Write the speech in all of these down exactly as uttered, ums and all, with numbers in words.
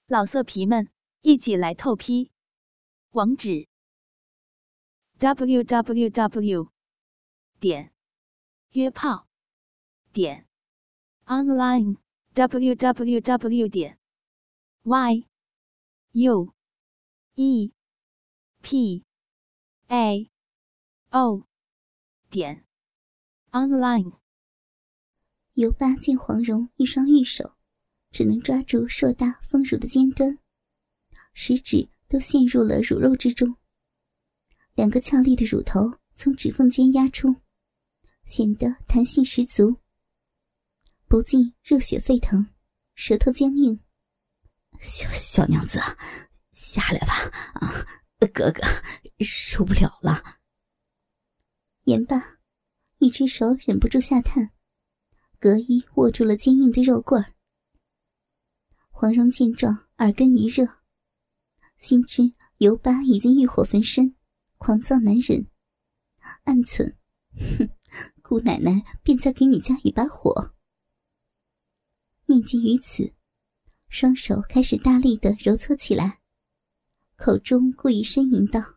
老色皮们，一起来透批！网址 ：double u double u double u 点约炮点 online double u double u double u 点 y u e p a o 点 online。 尤巴见黄蓉一双玉手只能抓住硕大丰乳的尖端，食指都陷入了乳肉之中，两个俏丽的乳头从指缝间压出，显得弹性十足，不禁热血沸腾，舌头僵硬。 小小娘子，下来吧，啊，哥哥受不了了。 言罢，一只手忍不住下探，隔衣握住了坚硬的肉棍儿。黄蓉见状，耳根一热，心知尤巴已经欲火焚身，狂躁难忍，暗忖：哼，姑奶奶便再给你加一把火。念及于此，双手开始大力地揉搓起来，口中故意呻吟道：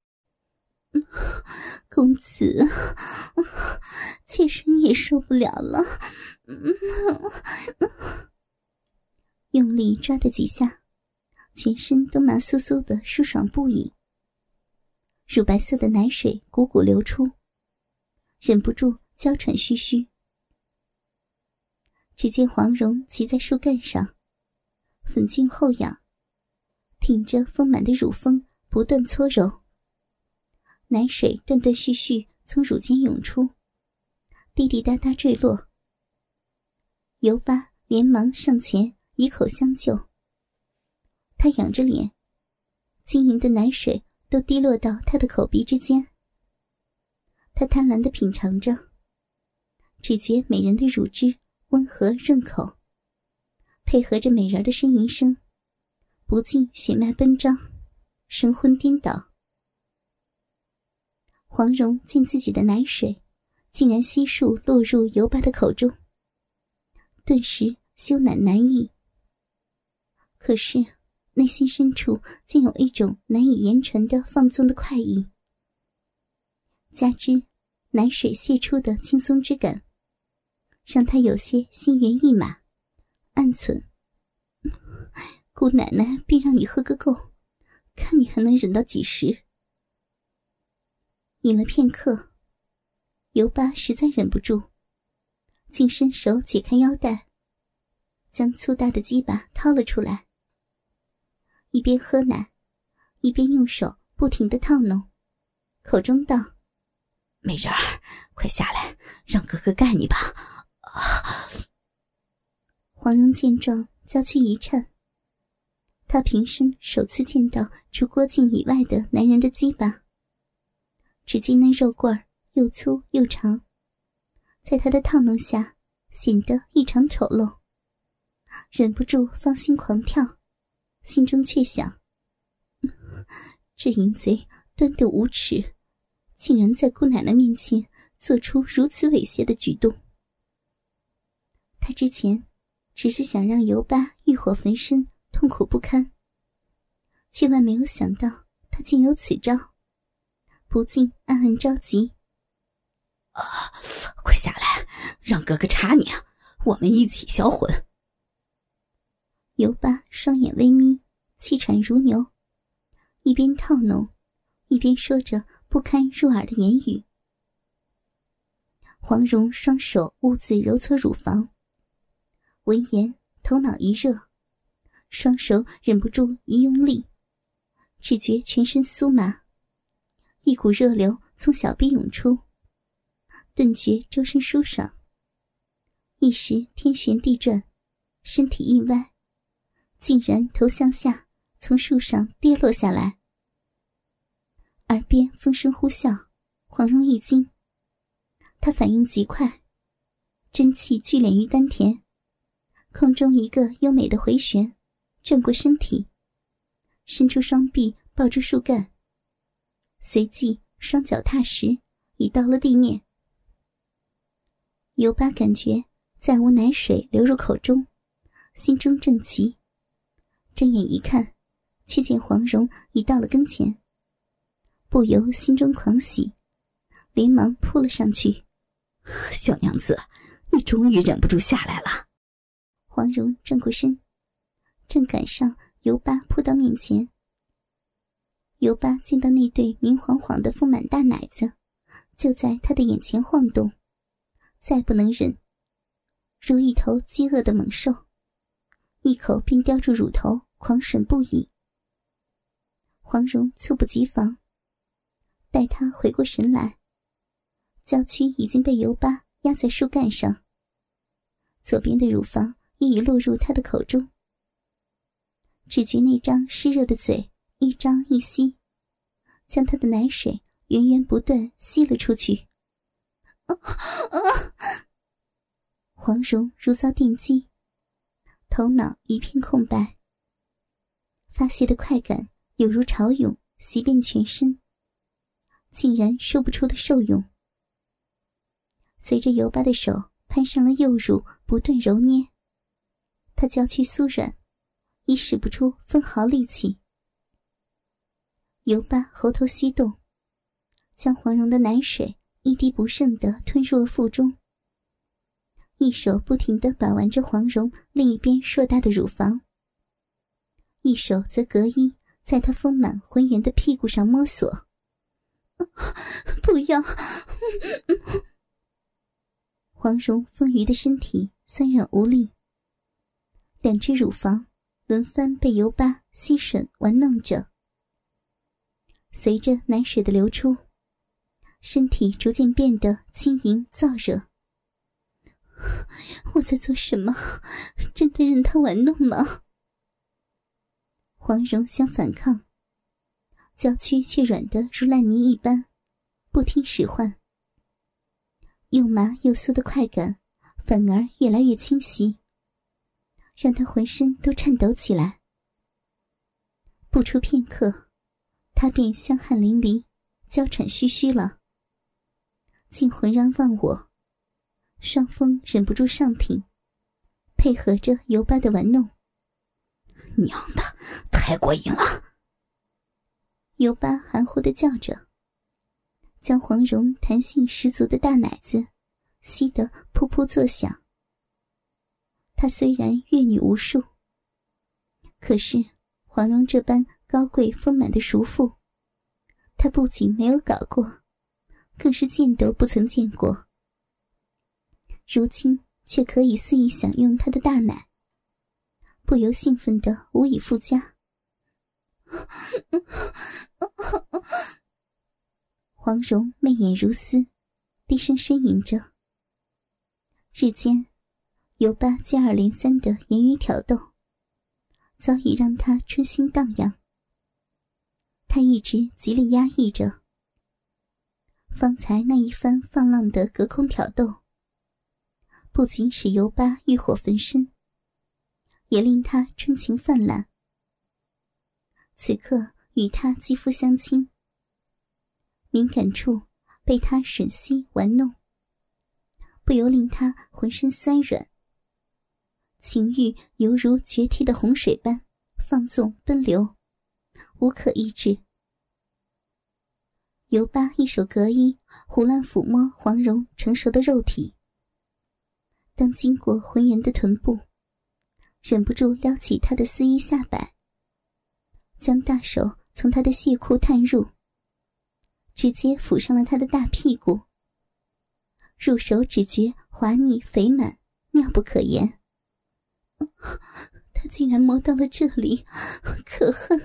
公子，妾身也受不了了。用力抓的几下，全身都麻酥酥的舒爽不已，乳白色的奶水汩汩流出，忍不住娇喘吁吁。只见黄蓉骑在树干上，粉颈后仰，挺着丰满的乳峰不断搓揉，奶水断断续续从乳间涌出，滴滴答答坠落。尤巴连忙上前以口相救，他仰着脸，晶莹的奶水都滴落到他的口鼻之间。他贪婪地品尝着，只觉美人的乳汁温和润口，配合着美人的呻吟声，不禁血脉奔张，神魂颠倒。黄蓉见自己的奶水竟然悉数落入尤巴的口中，顿时羞赧难抑，可是内心深处竟有一种难以言传的放纵的快意，加之奶水泄出的轻松之感，让他有些心猿意马，暗忖：姑奶奶必让你喝个够，看你还能忍到几时。饮了片刻，尤巴实在忍不住，竟伸手解开腰带，将粗大的鸡巴掏了出来，一边喝奶一边用手不停地套弄，口中道： 美人儿，快下来，让哥哥干你吧。啊！ 黄蓉见状娇躯一颤，她平生首次见到除郭靖以外的男人的鸡巴，只见那肉棍儿又粗又长，在她的套弄下显得异常丑陋，忍不住芳心狂跳，心中却想：这淫贼端得无耻，竟然在姑奶奶面前做出如此猥亵的举动。他之前只是想让尤巴欲火焚身，痛苦不堪，却万没有想到他竟有此招，不禁暗暗着急。 啊，快下来，让哥哥插你啊，我们一起销魂。 尤巴双眼微眯，气喘如牛，一边套弄一边说着不堪入耳的言语。黄蓉双手兀自揉搓乳房，闻言头脑一热，双手忍不住一用力，只觉全身酥麻，一股热流从小臂涌出，顿觉周身舒爽，一时天旋地转，身体一歪，竟然头向下从树上跌落下来。耳边风声呼啸，黄蓉一惊，她反应极快，真气聚敛于丹田，空中一个优美的回旋，转过身体，伸出双臂抱住树干，随即双脚踏实，已到了地面。尤巴感觉再无奶水流入口中，心中正急， 睁眼一看，却见黄蓉已到了跟前，不由心中狂喜，连忙扑了上去。 小娘子，你终于忍不住下来了。 黄蓉转过身，正赶上尤巴扑到面前。尤巴见到那对明晃晃的丰满大奶子就在他的眼前晃动，再不能忍，如一头饥饿的猛兽，一口便叼住乳头，狂吮不已。黄蓉猝不及防，待他回过神来，娇躯已经被尤巴压在树干上，左边的乳房也已落入他的口中，只觉那张湿热的嘴一张一吸，将他的奶水源源不断吸了出去。啊啊！黄蓉如遭电击，头脑一片空白，发泄的快感有如潮涌袭遍全身，竟然说不出的受用。随着尤巴的手攀上了右乳，不断揉捏，他娇躯酥软，已使不出分毫力气。尤巴喉头吸动，将黄蓉的奶水一滴不剩地吞入了腹中，一手不停地把玩着黄蓉另一边硕大的乳房，一手则隔衣在她丰满浑圆的屁股上摸索。不要！黄蓉丰腴的身体酸软无力，两只乳房轮番被尤巴吸吮玩弄着。随着奶水的流出，身体逐渐变得轻盈燥热。我在做什么？真的任他玩弄吗？黄蓉想反抗，娇躯却软得如烂泥一般，不听使唤。又麻又酥的快感反而越来越清晰，让他浑身都颤抖起来。不出片刻，他便香汗淋漓，娇喘吁吁了，竟浑然忘我，双峰忍不住上挺，配合着尤巴的玩弄。 娘的，太过瘾了！ 尤巴含糊地叫着，将黄蓉弹性十足的大奶子吸得噗噗作响。她虽然阅女无数，可是黄蓉这般高贵丰满的熟妇，她不仅没有搞过，更是见都不曾见过。如今却可以肆意享用她的大奶，不由兴奋得无以复加。黄蓉媚眼如丝，低声呻吟着。日间尤巴接二连三的言语挑逗，早已让她春心荡漾。她一直极力压抑着，方才那一番放浪的隔空挑逗，不仅使尤巴欲火焚身，也令她春情泛滥。此刻与他肌肤相亲，敏感处被他吮吸玩弄，不由令他浑身酸软，情欲犹如决堤的洪水般放纵奔流，无可抑制。尤巴一手隔衣，胡乱抚摸黄蓉成熟的肉体，当经过浑圆的臀部，忍不住撩起她的丝衣下摆，将大手从她的亵裤探入，直接抚上了她的大屁股。入手只觉滑腻肥满，妙不可言。他竟然摸到了这里，可恨！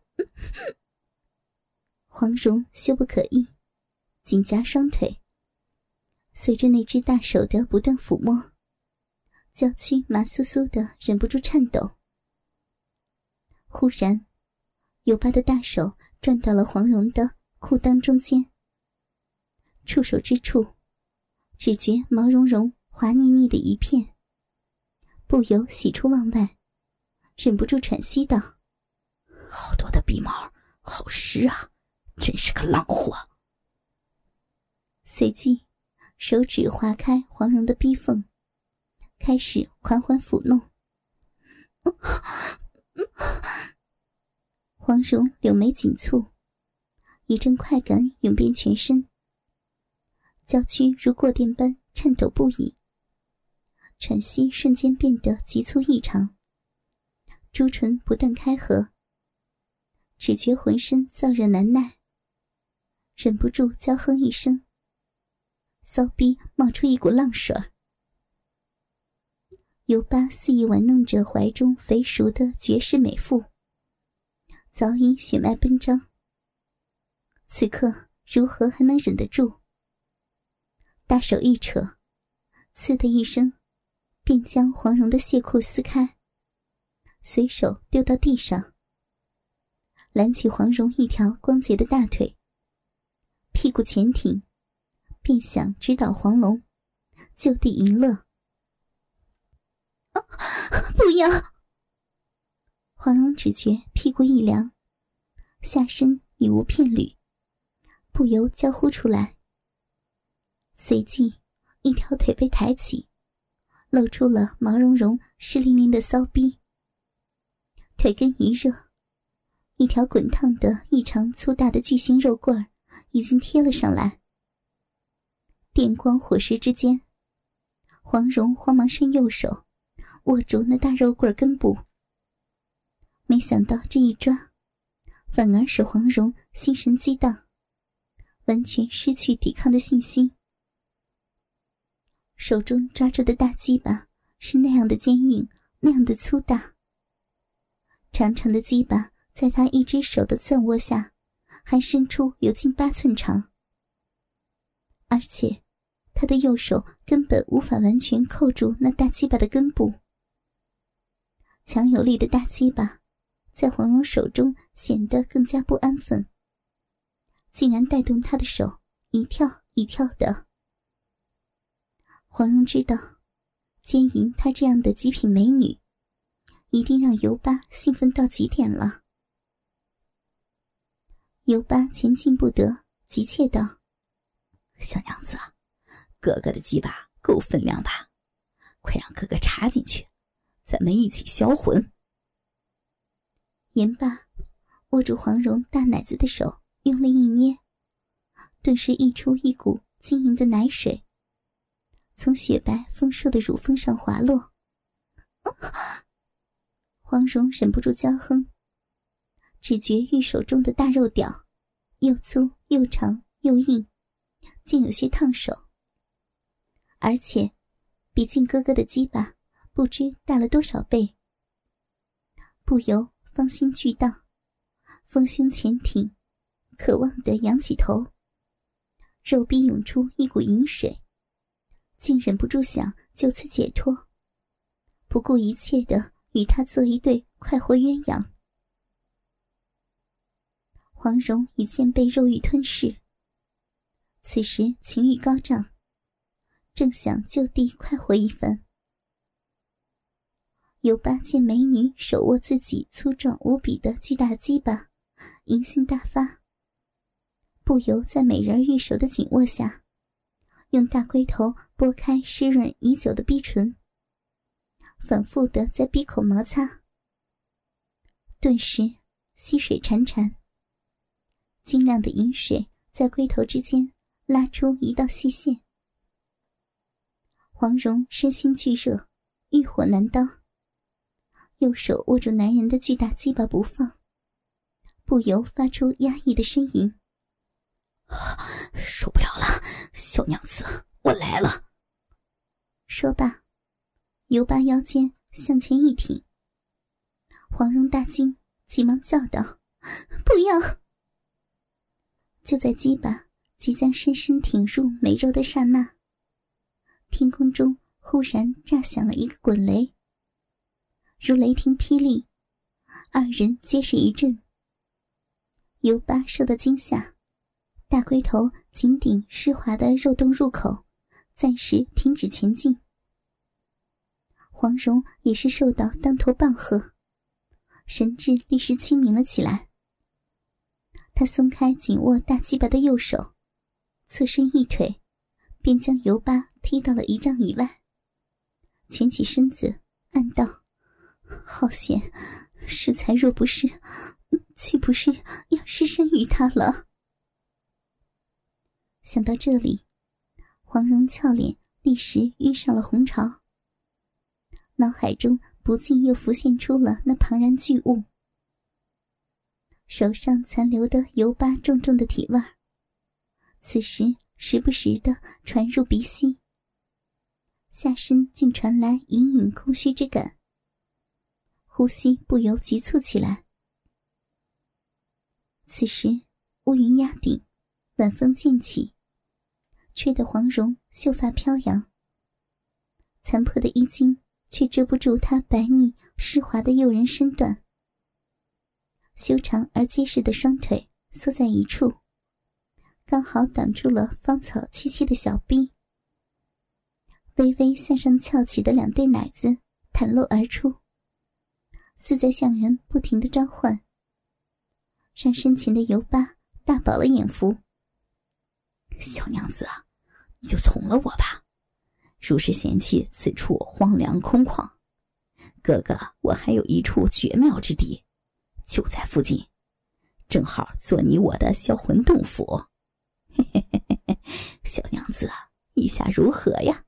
黄蓉羞不可抑，紧夹双腿，随着那只大手的不断抚摸，娇躯麻酥酥的，忍不住颤抖。忽然尤巴的大手转到了黄蓉的裤裆中间，触手之处只觉毛茸茸滑腻腻的一片，不由喜出望外，忍不住喘息道： 好多的鼻毛，好湿啊，真是个浪货。 随即手指划开黄蓉的逼缝，开始缓缓抚弄。 黄蓉柳眉紧蹙，一阵快感涌遍全身，娇躯如过电般颤抖不已，喘息瞬间变得急促异常，朱唇不断开合，只觉浑身燥热难耐，忍不住娇哼一声，骚逼冒出一股浪水。尤巴肆意玩弄着怀中肥熟的绝世美妇，早已血脉奔张，此刻如何还能忍得住？大手一扯，刺的一声，便将黄蓉的亵裤撕开，随手丢到地上，揽起黄蓉一条光洁的大腿，屁股前挺，便想直捣黄龙，就地淫乐。啊，不要！黄蓉只觉屁股一凉，下身已无片缕，不由娇呼出来。随即一条腿被抬起，露出了毛茸茸湿淋淋的骚逼，腿根一热，一条滚烫的异常粗大的巨型肉棍儿已经贴了上来。电光火石之间，黄蓉慌忙伸右手握住那大肉棍根部，没想到这一抓，反而使黄蓉心神激荡，完全失去抵抗的信心。手中抓住的大鸡巴是那样的坚硬，那样的粗大，长长的鸡巴在他一只手的攥握下还伸出有近八寸长，而且他的右手根本无法完全扣住那大鸡巴的根部。强有力的大鸡巴在黄蓉手中显得更加不安分，竟然带动他的手一跳一跳的。黄蓉知道奸淫她这样的极品美女一定让尤巴兴奋到极点了。尤巴前进不得，急切道： 小娘子，哥哥的鸡巴够分量吧？快让哥哥插进去，咱们一起销魂。 言罢，握住黄蓉大奶子的手用力一捏，顿时溢出一股晶莹的奶水，从雪白丰硕的乳峰上滑落。黄蓉忍不住娇哼，只觉玉手中的大肉屌又粗又长又硬，竟有些烫手，而且比靖哥哥的鸡巴不知大了多少倍，不由芳心巨荡，丰胸前挺，渴望地仰起头，肉壁涌出一股淫水，竟忍不住想就此解脱，不顾一切地与他做一对快活鸳鸯。黄蓉已见被肉欲吞噬，此时情欲高涨，正想就地快活一番。尤巴见美女手握自己粗壮无比的巨大鸡巴，淫性大发，不由在美人玉手的紧握下，用大龟头拨开湿润已久的逼唇，反复地在逼口摩擦，顿时溪水潺潺，晶亮的银水在龟头之间拉出一道细线。黄蓉身心俱热，欲火难当，右手握住男人的巨大鸡巴不放，不由发出压抑的呻吟。 受不了了，小娘子，我来了。 说罢，尤巴腰间向前一挺。黄蓉大惊，急忙叫道：不要！就在鸡巴即将深深挺入美肉的刹那，天空中忽然炸响了一个滚雷，如雷霆霹雳，二人皆是一震。尤巴受到惊吓，大龟头紧顶湿滑的肉洞入口，暂时停止前进。黄蓉也是受到当头棒喝，神志立时清明了起来。她松开紧握大鸡巴的右手，侧身一腿，便将尤巴踢到了一丈以外，蜷起身子暗道：好险， 适才若不是，岂不是要失身于他了？想到这里，黄蓉俏脸立时晕上了红潮，脑海中不禁又浮现出了那庞然巨物，手上残留的油巴重重的体味儿，此时时不时地传入鼻息，下身竟传来隐隐空虚之感，呼吸不由急促起来。此时乌云压顶，晚风渐起，吹得黄蓉秀发飘扬，残破的衣襟却遮不住她白腻湿滑的诱人身段，修长而结实的双腿缩在一处，刚好挡住了芳草萋萋的小臂，微微向上翘起的两对奶子袒露而出，似在向人不停地召唤，让身前的油巴大饱了眼福。 小娘子啊，你就从了我吧，如是嫌弃此处荒凉空旷，哥哥我还有一处绝妙之地，就在附近，正好做你我的销魂洞府。嘿嘿嘿嘿嘿，小娘子啊，意下如何呀？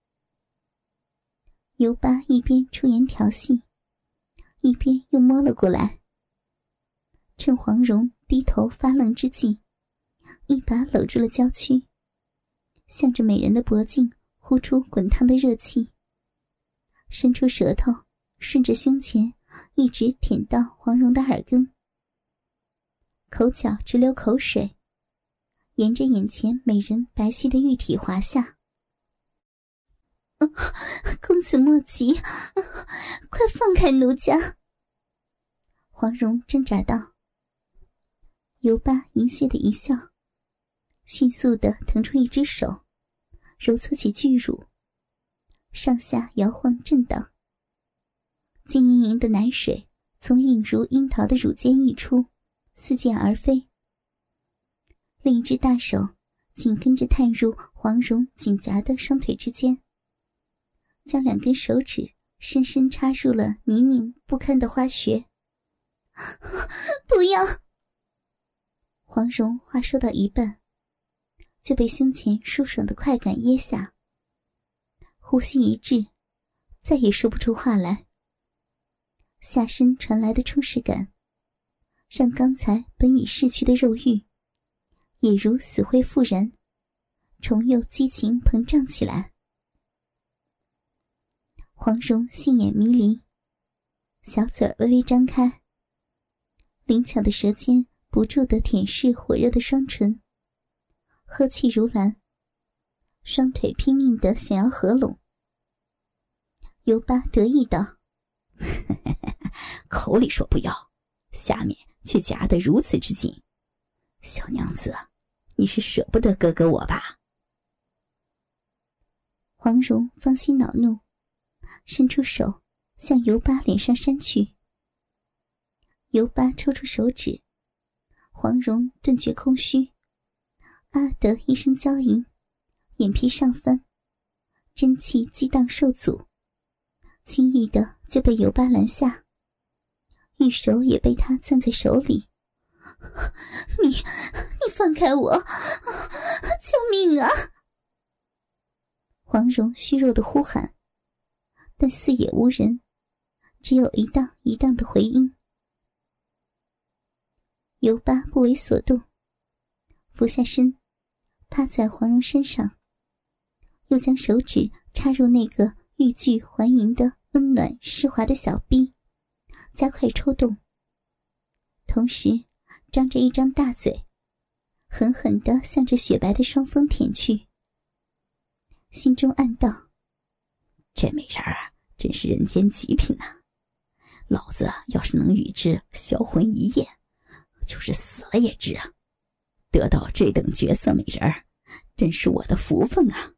尤巴一边出言调戏，一边又摸了过来，趁黄蓉低头发愣之际，一把搂住了娇躯，向着美人的脖颈呼出滚烫的热气，伸出舌头顺着胸前一直舔到黄蓉的耳根，口角直流口水，沿着眼前美人白皙的玉体滑下。公子莫急，快放开奴家！黄蓉挣扎道。尤巴淫亵的一笑，迅速地腾出一只手，揉搓起巨乳，上下摇晃震荡，晶莹莹的奶水从映如樱桃的乳尖溢出，四溅而飞。另一只大手紧跟着探入黄蓉紧夹的双腿之间，将两根手指深深插入了泥泞不堪的花穴。不要！黄蓉话说到一半，就被胸前舒爽的快感噎下，呼吸一滞，再也说不出话来。下身传来的充实感，让刚才本已逝去的肉欲也如死灰复燃，重又激情膨胀起来。黄蓉杏眼迷离，小嘴微微张开，灵巧的舌尖不住地舔舐火热的双唇，呵气如兰，双腿拼命地想要合拢。尤巴得意道： 口里说不要，下面却夹得如此之紧，小娘子，你是舍不得哥哥我吧？ 黄蓉方心恼怒，伸出手向尤巴脸上扇去。尤巴抽出手指，黄蓉顿觉空虚，啊的一声娇吟，眼皮上翻，真气激荡受阻，轻易的就被尤巴拦下，玉手也被他攥在手里。你你放开我，救命啊！黄蓉虚弱的呼喊，但四野无人，只有一荡一荡的回音。尤巴不为所动，俯下身趴在黄蓉身上，又将手指插入那个欲拒还迎的温暖湿滑的小臂，加快抽动，同时张着一张大嘴，狠狠地向着雪白的双峰舔去。心中暗道： 这美人儿真是人间极品呐、啊！老子要是能与之销魂一夜，就是死了也值啊！得到这等绝色美人儿，真是我的福分啊！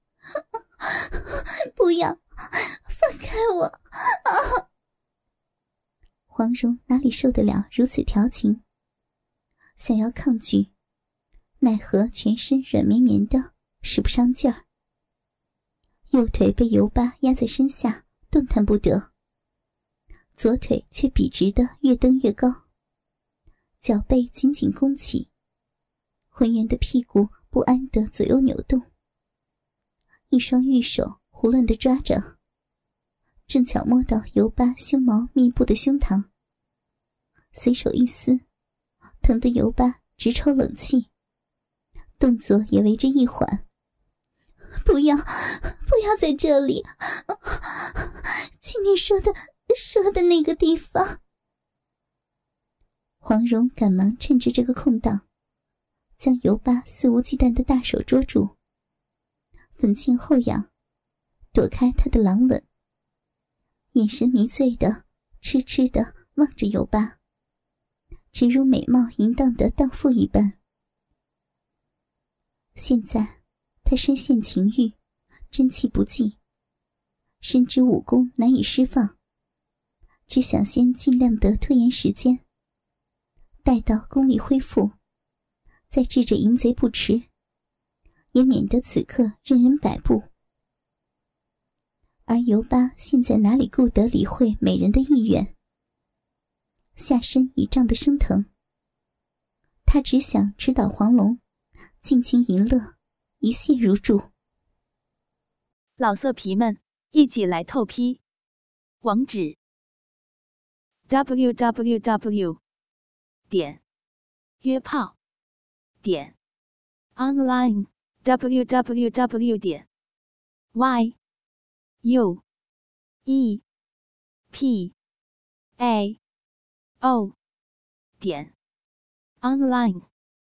不要，放开我！啊！黄蓉哪里受得了如此调情，想要抗拒，奈何全身软绵绵的，使不上劲儿。右腿被尤巴压在身下，动弹不得， 左腿却笔直的越蹬越高，脚背紧紧弓起，浑圆的屁股不安地左右扭动，一双玉手胡乱地抓着，正巧摸到尤巴胸毛密布的胸膛，随手一撕，疼得尤巴直抽冷气，动作也为之一缓。不要，不要在这里，去你说的说的那个地方。黄蓉赶忙趁着这个空档，将尤巴肆无忌惮的大手捉住，粉颈后仰，躲开他的狼吻，眼神迷醉的痴痴的望着尤巴，直如美貌淫荡的荡妇一般。现在他深陷情欲，真气不济，深知武功难以释放，只想先尽量的拖延时间，待到功力恢复，再治这淫贼不迟，也免得此刻任人摆布。而尤巴现在哪里顾得理会美人的意愿，下身已胀得生疼，他只想直捣黄龙，尽情淫乐，一泻如注。 老色皮们，一起来透批！网址 ：double-u double-u double-u 点约炮点 online double-u double-u double-u 点 y u e p a o 点 online。